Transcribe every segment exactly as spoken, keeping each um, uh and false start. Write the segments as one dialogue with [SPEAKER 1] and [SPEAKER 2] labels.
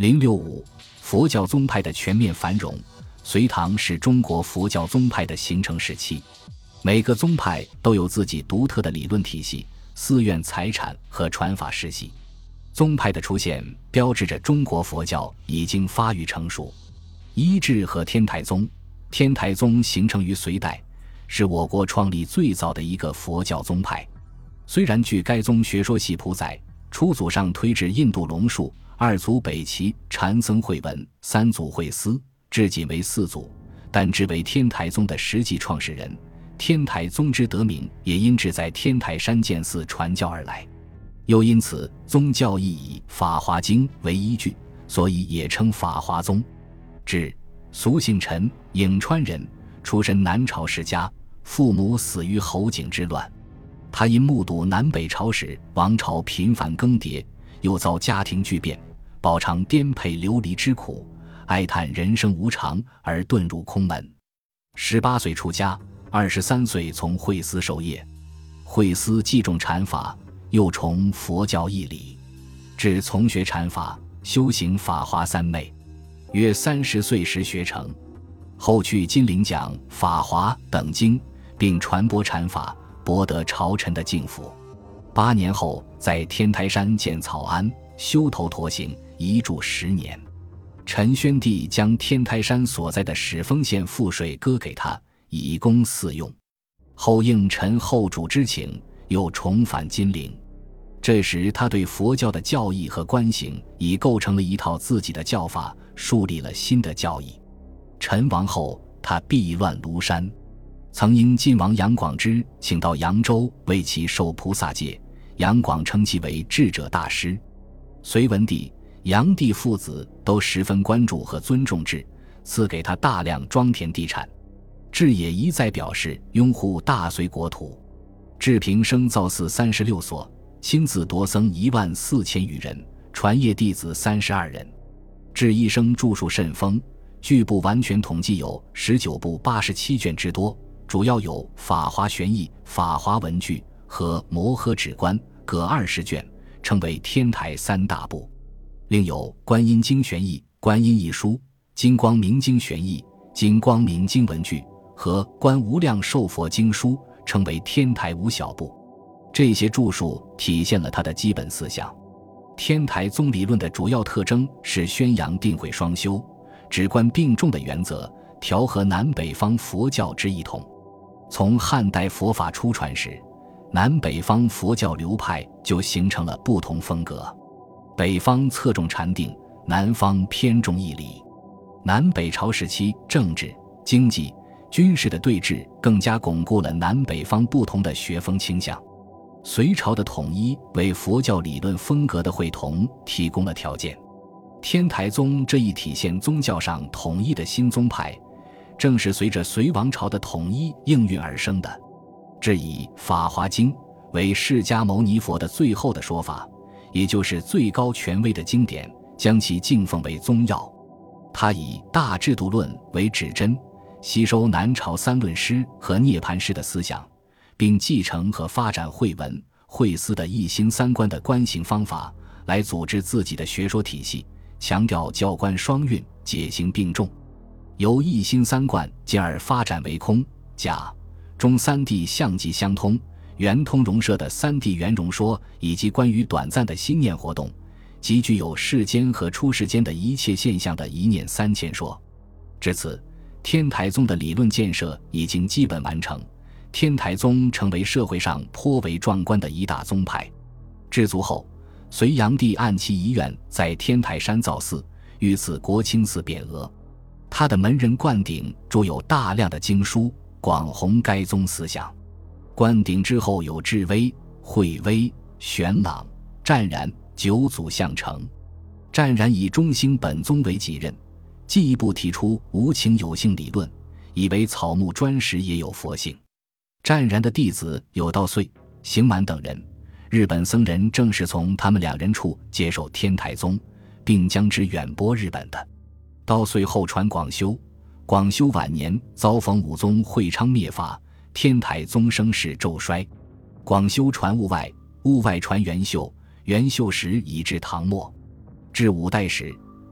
[SPEAKER 1] 零六五佛教宗派的全面繁荣。隋唐是中国佛教宗派的形成时期，每个宗派都有自己独特的理论体系、寺院财产和传法世系。宗派的出现标志着中国佛教已经发育成熟。一智和天台宗，天台宗形成于隋代，是我国创立最早的一个佛教宗派。虽然据该宗学说系谱载，初祖上推至印度龙树，二祖北齐禅僧慧文，三祖慧思，至今为四祖，但之为天台宗的实际创始人。天台宗之得名也因至在天台山建寺传教而来，又因此宗教亦以《法华经》为依据，所以也称法华宗。智，俗姓陈，颍川人，出身南朝世家，父母死于侯景之乱。他因目睹南北朝时王朝频繁更迭，又遭家庭巨变，饱尝颠沛流离之苦，哀叹人生无常，而遁入空门。十八岁出家，二十三岁从慧思授业。慧思既重禅法，又崇佛教义理，至从学禅法，修行法华三昧，约三十岁时学成。后去金陵讲法华等经，并传播禅法，博得朝臣的敬服。八年后在天台山建草庵，修头陀行，一住十年。陈宣帝将天台山所在的始丰县赋税割给他，以供寺用。后应陈后主之请，又重返金陵。这时他对佛教的教义和观行已构成了一套自己的教法，树立了新的教义。陈亡后，他避乱庐山，曾因晋王杨广之请到扬州为其授菩萨戒，杨广称其为智者大师。隋文帝、杨帝父子都十分关注和尊重智，赐给他大量庄田地产。智也一再表示拥护大隋国土。智平生造寺三十六所，亲自夺僧一万四千余人，传业弟子三十二人。智一生著述甚丰，据不完全统计有十九部八十七卷之多，主要有《法华玄义》《法华文具》和《摩诃止观》各二十卷，称为天台三大部。另有《观音经玄义》《观音一书》《金光明经玄义》《金光明经文具》和《观无量寿佛经书》，称为天台五小部。这些著述体现了他的基本思想。天台宗理论的主要特征是宣扬定慧双修、止观并重的原则，调和南北方佛教之一统。从汉代佛法初传时，南北方佛教流派就形成了不同风格。北方侧重禅定，南方偏重义理。南北朝时期政治、经济、军事的对峙更加巩固了南北方不同的学风倾向。隋朝的统一为佛教理论风格的会同提供了条件。天台宗这一体现宗教上统一的新宗派，正是随着隋王朝的统一应运而生的。这以《法华经》为释迦牟尼佛的最后的说法，也就是最高权威的经典，将其敬奉为宗要。他以《大制度论》为指针，吸收南朝三论师和涅槃师的思想，并继承和发展慧文、慧思的一心三观的观行方法，来组织自己的学说体系，强调教观双运，解行并重。由一心三观进而发展为空、假、中三谛相即相通、圆通融摄的三谛圆融说，以及关于短暂的心念活动即具有世间和出世间的一切现象的一念三千说。至此，天台宗的理论建设已经基本完成，天台宗成为社会上颇为壮观的一大宗派。至足后，隋炀帝按其遗愿在天台山造寺，御赐国清寺匾额。他的门人灌顶著有大量的经书，广弘该宗思想。灌顶之后有智微、慧微、玄朗、湛然九祖相承。湛然以中兴本宗为己任，进一步提出无情有性理论，以为草木砖石也有佛性。湛然的弟子有道遂、行满等人，日本僧人正是从他们两人处接受天台宗，并将之远播日本的。道遂后传广修，广修晚年遭逢武宗会昌灭法，天台宗声势骤衰。广修传物外，物外传元秀，元秀时已至唐末。至五代时，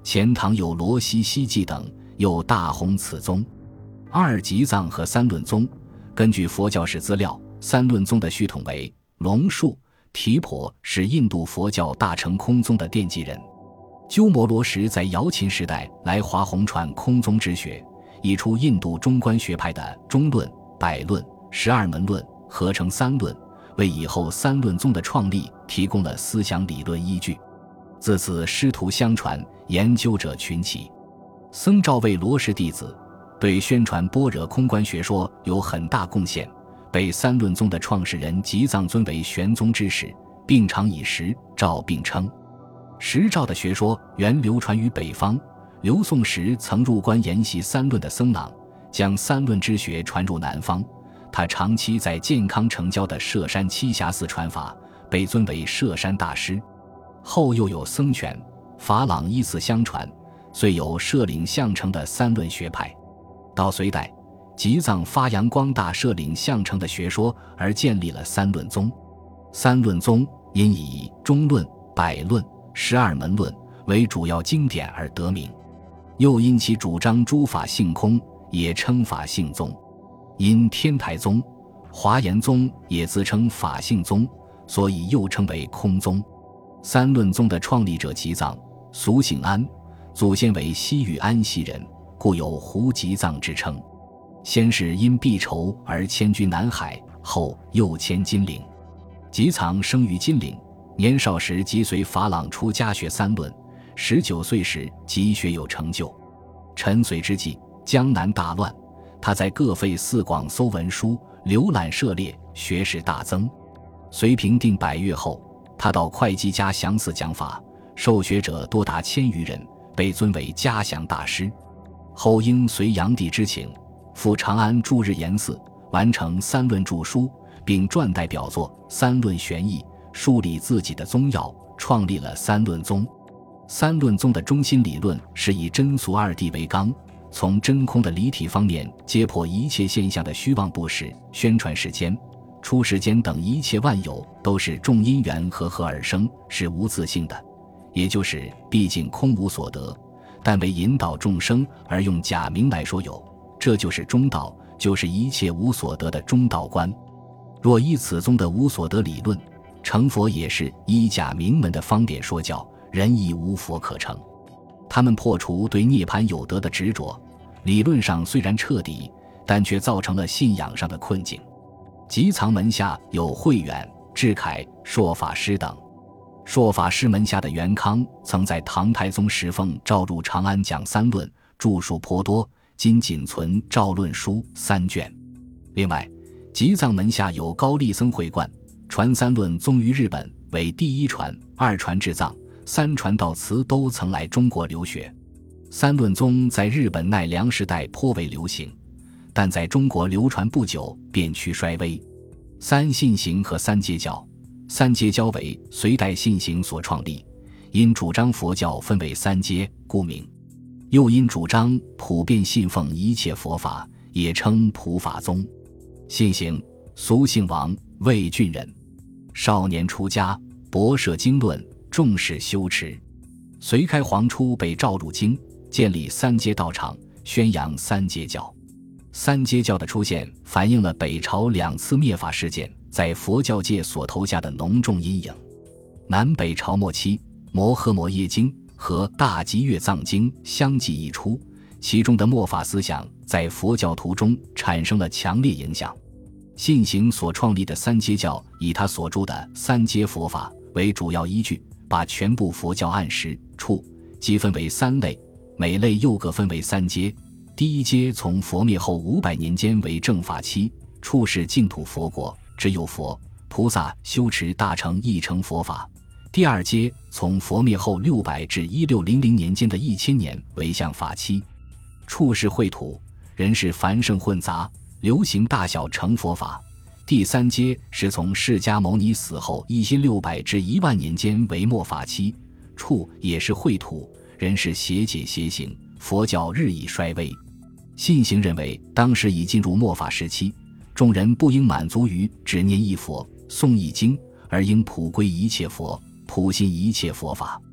[SPEAKER 1] 前唐有罗西西记等，又大弘此宗。二吉藏和三论宗，根据佛教史资料，三论宗的续统为龙树。提婆是印度佛教大乘空宗的奠基人。鸠摩罗什在瑶琴时代来华弘传空宗之学，译出印度中观学派的中论、百论、十二门论，合成三论，为以后三论宗的创立提供了思想理论依据。自此师徒相传，研究者群起。僧肇为罗什弟子，对宣传般若空观学说有很大贡献，被三论宗的创始人吉藏尊为玄宗之始，并常以时肇并称。时肇的学说原流传于北方，刘宋时曾入关研习三论的僧朗，将三论之学传入南方。他长期在健康城郊的舍山栖霞寺传法，被尊为舍山大师。后又有僧权、法朗依次相传，遂有舍领相承的三论学派。到隋代，吉藏发扬光大舍领相承的学说，而建立了三论宗。三论宗因以中论、百论、十二门论为主要经典而得名，又因其主张诸法性空，也称法性宗。因天台宗、华严宗也自称法性宗，所以又称为空宗。三论宗的创立者吉藏，俗姓安，祖先为西域安息人，故有胡吉藏之称。先是因避仇而迁居南海，后又迁金陵。吉藏生于金陵，年少时即随法朗出家学三论，十九岁时即学有成就。陈隋之际，江南大乱，他在各废寺广搜文书，浏览涉猎，学识大增。隋平定百越后，他到会稽家祥寺讲法，受学者多达千余人，被尊为嘉祥大师。后应隋炀帝之请，赴长安驻日岩寺，完成三论著书，并撰代表作《三论玄义》，树立自己的宗要，创立了三论宗。三论宗的中心理论是以真俗二谛为纲，从真空的离体方面揭破一切现象的虚妄不实，宣传世间、出世间等一切万有都是众因缘和合而生，是无自性的，也就是毕竟空无所得，但为引导众生而用假名来说有，这就是中道，就是一切无所得的中道观。若依此宗的无所得理论，成佛也是依假名门的方便说教，人亦无佛可成。他们破除对涅槃有德的执着，理论上虽然彻底，但却造成了信仰上的困境。吉藏门下有慧远、智凯、硕法师等。硕法师门下的元康曾在唐太宗时奉诏入长安讲三论，著述颇多，今仅存《诏论书》三卷。另外，吉藏门下有高丽僧慧观，传三论宗于日本，为第一传，二传至藏，三传到慈都曾来中国留学。三论宗在日本奈良时代颇为流行，但在中国流传不久便趋衰微。三信行和三阶教，三阶教为隋代信行所创立，因主张佛教分为三阶故名，又因主张普遍信奉一切佛法，也称普法宗。信行，俗姓王，魏郡人，少年出家，博涉经论，重视修持。隋开皇初被召入京，建立三阶道场，宣扬三阶教。三阶教的出现反映了北朝两次灭法事件在佛教界所投下的浓重阴影。南北朝末期，摩诃摩耶经和大集月藏经相继译出，其中的末法思想在佛教徒中产生了强烈影响。信行所创立的三阶教以他所著的《三阶佛法》为主要依据，把全部佛教按时、处即分为三类，每类又各分为三阶。第一阶从佛灭后五百年间为正法期，处是净土佛国，只有佛菩萨修持大乘一乘佛法。第二阶从佛灭后六百至一六零零年间的一千年为相法期，处是秽土，人是繁盛混杂，流行大小乘佛法。第三阶是从释迦牟尼死后一千六百至一万年间为末法期，处也是秽土，人是邪解邪行，佛教日益衰微。信行认为当时已进入末法时期，众人不应满足于只念一佛、诵一经，而应普归一切佛，普信一切佛法。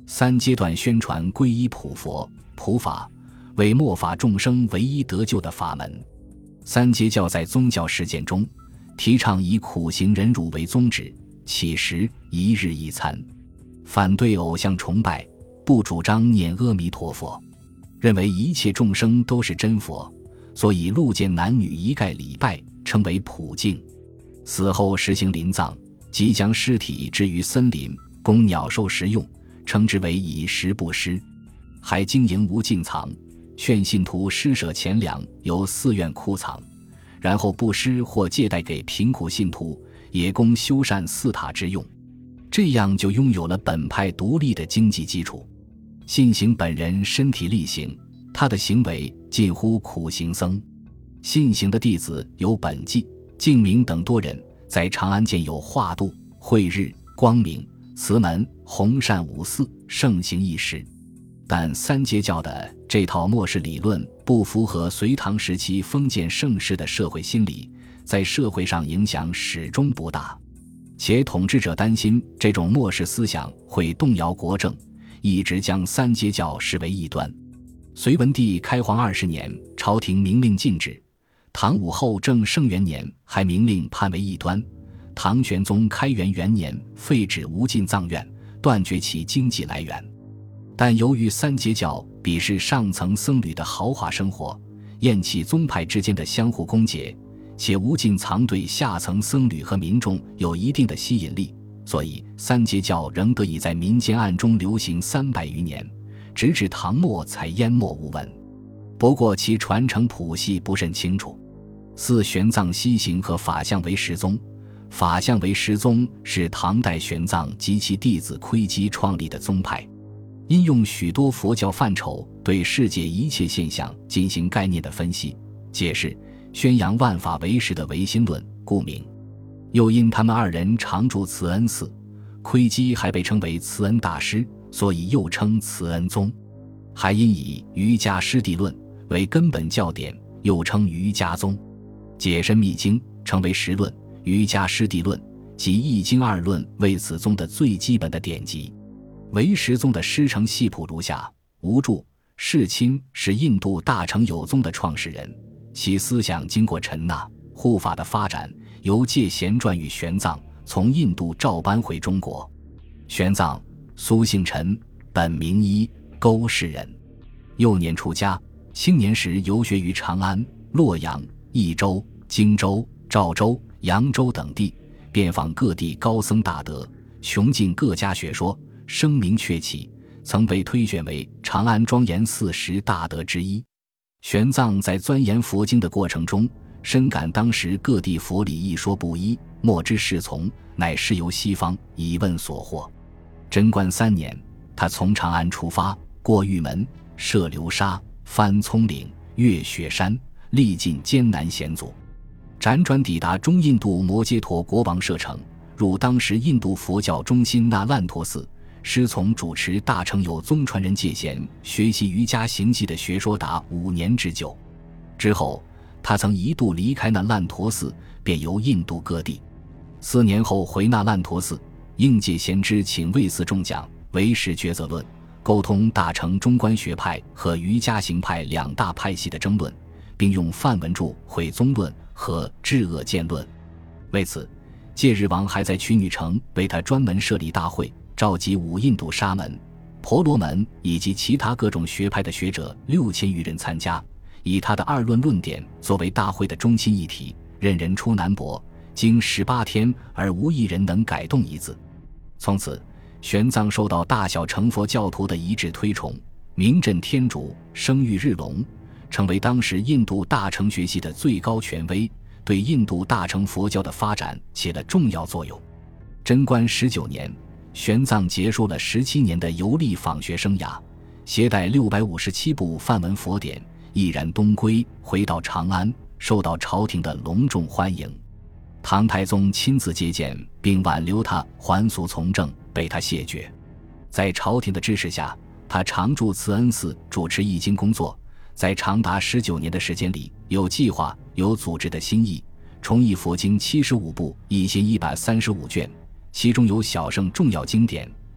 [SPEAKER 1] 三阶段宣传皈依普佛、普法，为末法众生唯一得救的法门。三阶教在宗教实践中，提倡以苦行忍辱为宗旨，乞食一日一餐，反对偶像崇拜，不主张念阿弥陀佛，认为一切众生都是真佛，所以路见男女一概礼拜，称为普敬。死后实行临葬，即将尸体置于森林，供鸟兽食用，称之为以食布施。还经营无尽藏，劝信徒施舍钱粮，由寺院库藏，然后布施或借贷给贫苦信徒，也供修缮寺塔之用。这样就拥有了本派独立的经济基础。信行本人身体力行，他的行为近乎苦行僧。信行的弟子有本纪、净明等多人，在长安建有化度、慧日、光明、慈门、弘善五寺，盛行一时。但三阶教的这套末世理论不符合隋唐时期封建盛世的社会心理，在社会上影响始终不大，且统治者担心这种末世思想会动摇国政，一直将三阶教视为异端。隋文帝开皇二十年，朝廷明令禁止；唐武后正圣元年还明令判为异端；唐玄宗开元元年废止无尽藏院，断绝其经济来源。但由于三阶教鄙视上层僧侣的豪华生活，厌弃宗派之间的相互攻讦，且无尽藏对下层僧侣和民众有一定的吸引力，所以三阶教仍得以在民间暗中流行三百余年，直至唐末才淹没无闻。不过其传承谱系不甚清楚。四玄奘西行和法相为十宗，法相为十宗是唐代玄奘及其弟子窥基创立的宗派，因用许多佛教范畴对世界一切现象进行概念的分析、解释、宣扬万法唯识的唯心论，故名。又因他们二人常住慈恩寺，窥基还被称为慈恩大师，所以又称慈恩宗。还因以瑜伽师地论为根本教典，又称瑜伽宗。解深密经称为实论，瑜伽师地论及易经二论为此宗的最基本的典籍。唯识宗的师承系谱如下：无著、世亲是印度大乘有宗的创始人，其思想经过陈那、护法的发展，由戒贤传与玄奘从印度照搬回中国。玄奘，苏姓陈，本名一，沟氏人。幼年出家，青年时游学于长安、洛阳、益州、荆州、赵州、扬州等地，遍访各地高僧大德，穷尽各家学说，声名鹊起，曾被推选为长安庄严四十大德之一。玄奘在钻研佛经的过程中，深感当时各地佛理一说不一，莫知是从，乃事游西方，以问所获。贞观三年，他从长安出发，过玉门，涉流沙，翻葱岭，越雪山，历尽艰难险阻，辗转抵达中印度摩揭陀国王舍城，入当时印度佛教中心那烂陀寺，师从主持大乘有宗传人戒贤学习瑜伽行迹的学说达五年之久。之后他曾一度离开那烂陀寺，便游印度各地。四年后回那烂陀寺，应戒贤之请为寺中讲唯识抉择论，沟通大乘中观学派和瑜伽行派两大派系的争论，并用梵文著《毁宗论》和《治恶见论》。为此，戒日王还在曲女城为他专门设立大会，召集五印度沙门、婆罗门以及其他各种学派的学者六千余人参加，以他的二论论点作为大会的中心议题，任人出难驳，经十八天而无一人能改动一字。从此，玄奘受到大小乘佛教徒的一致推崇，名震天竺，声誉日隆，成为当时印度大乘学系的最高权威，对印度大乘佛教的发展起了重要作用。贞观十九年，玄奘结束了十七年的游历访学生涯，携带六百五十七部梵文佛典，毅然东归，回到长安，受到朝廷的隆重欢迎。唐太宗亲自接见并挽留他还俗从政，被他谢绝。在朝廷的支持下，他常驻慈恩寺主持译经工作，在长达十九年的时间里，有计划有组织的新译重译佛经七十五部，一千一百三十五卷，其中有小圣重要经典、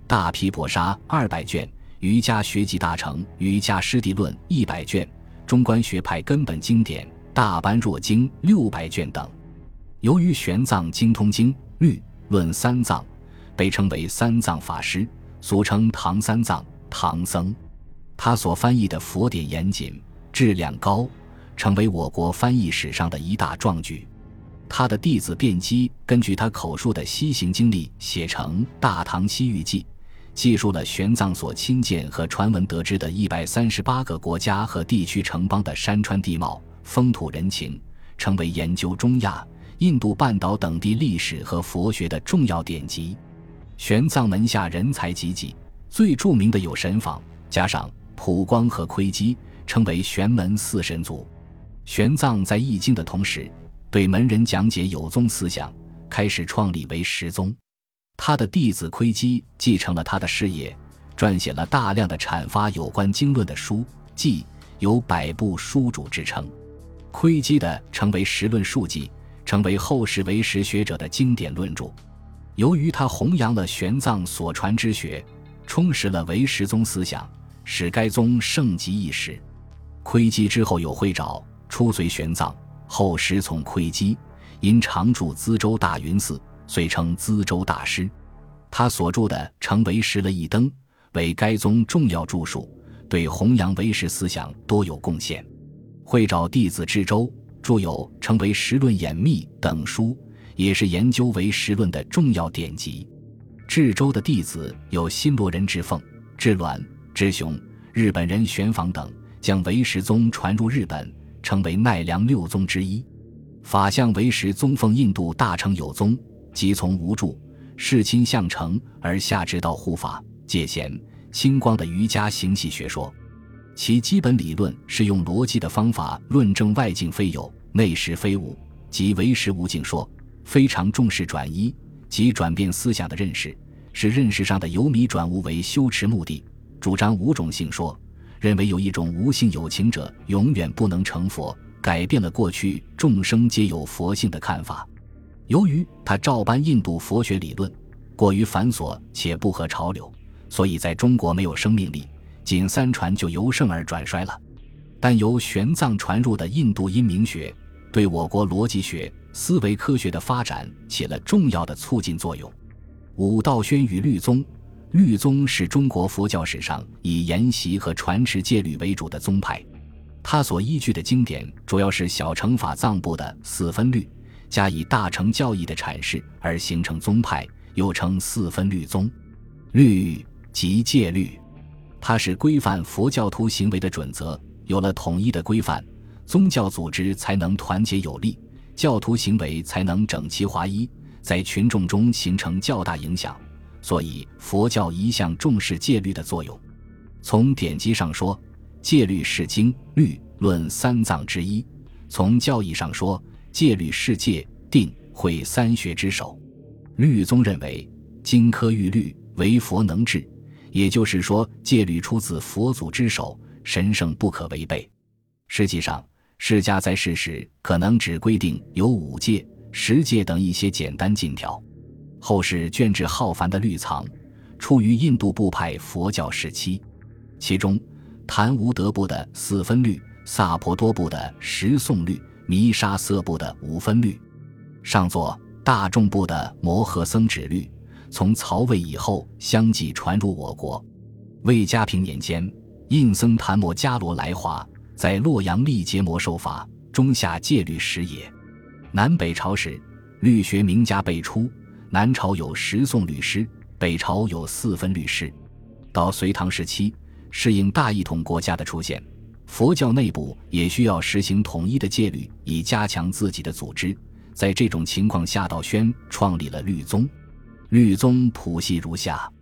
[SPEAKER 1] 大毗婆沙二百卷，瑜伽学集大成，瑜伽师地论一百卷，中观学派根本经典大般若经六百卷等。由于玄奘精通经律论三藏，被称为三藏法师，俗称唐三藏、唐僧。他所翻译的佛典严谨，质量高，成为我国翻译史上的一大壮举。他的弟子辩机根据他口述的西行经历写成《大唐西域记》，记述了玄奘所亲见和传闻得知的一百三十八个国家和地区城邦的山川地貌、风土人情，成为研究中亚、印度半岛等地历史和佛学的重要典籍。玄奘门下人才济济，最著名的有神访，加上普光和窥基，称为玄门四神族。玄奘在译经的同时，对门人讲解有宗思想，开始创立为十宗。他的弟子窥基继承了他的事业，撰写了大量的阐发有关经论的书记，有百部书主之称。窥基的成为实论述记，成为后世唯识学者的经典论著。由于他弘扬了玄奘所传之学，充实了唯识宗思想，使该宗盛极一时。窥基之后有慧沼，初随玄奘，后师从窥基，因常住资州大云寺，遂称资州大师。他所著的《成唯识了一灯》为该宗重要著述，对弘扬唯识思想多有贡献。慧沼弟子智周著有《成唯识论演秘》等书，也是研究唯识论的重要典籍。智周的弟子有新罗人智凤、智鸾、智雄，日本人玄访等，将唯识宗传入日本，成为奈良六宗之一。法相唯识宗奉印度大乘有宗，即从无著、世亲相承而下至到护法、戒贤、清光的瑜伽行系学说。其基本理论是用逻辑的方法论证外境非有、内实非无，即唯识无境说，非常重视转依，即转变思想的认识，使认识上的由迷转悟为修持目的，主张五种性说，认为有一种无性有情者永远不能成佛，改变了过去众生皆有佛性的看法。由于他照搬印度佛学理论过于繁琐且不合潮流，所以在中国没有生命力，仅三传就由盛而转衰了。但由玄奘传入的印度因明学，对我国逻辑学、思维科学的发展起了重要的促进作用。武道宣与律宗，律宗是中国佛教史上以研习和传持戒律为主的宗派，他所依据的经典主要是小乘法藏部的四分律，加以大乘教义的阐释而形成宗派，又称四分律宗。律即戒律，它是规范佛教徒行为的准则，有了统一的规范，宗教组织才能团结有力，教徒行为才能整齐划一，在群众中形成较大影响。所以佛教一向重视戒律的作用。从典籍上说，戒律是经律论三藏之一；从教义上说，戒律是戒定慧三学之首。律宗认为经科喻律，唯佛能治，也就是说戒律出自佛祖之手，神圣不可违背。实际上释迦在世时可能只规定有五戒、十戒等一些简单禁条，后世卷帙浩繁的律藏出于印度部派佛教时期，其中昙无德部的四分律、萨婆多部的十诵律、弥沙瑟部的五分律，上座大众部的摩诃僧祇律，从曹魏以后相继传入我国。魏嘉平年间，印僧昙摩迦罗来华，在洛阳历结摩受法，中下戒律时也。南北朝时，律学名家辈出，南朝有十诵律师，北朝有四分律师。到隋唐时期，适应大一统国家的出现，佛教内部也需要实行统一的戒律，以加强自己的组织。在这种情况下，道宣创立了律宗。律宗谱系如下：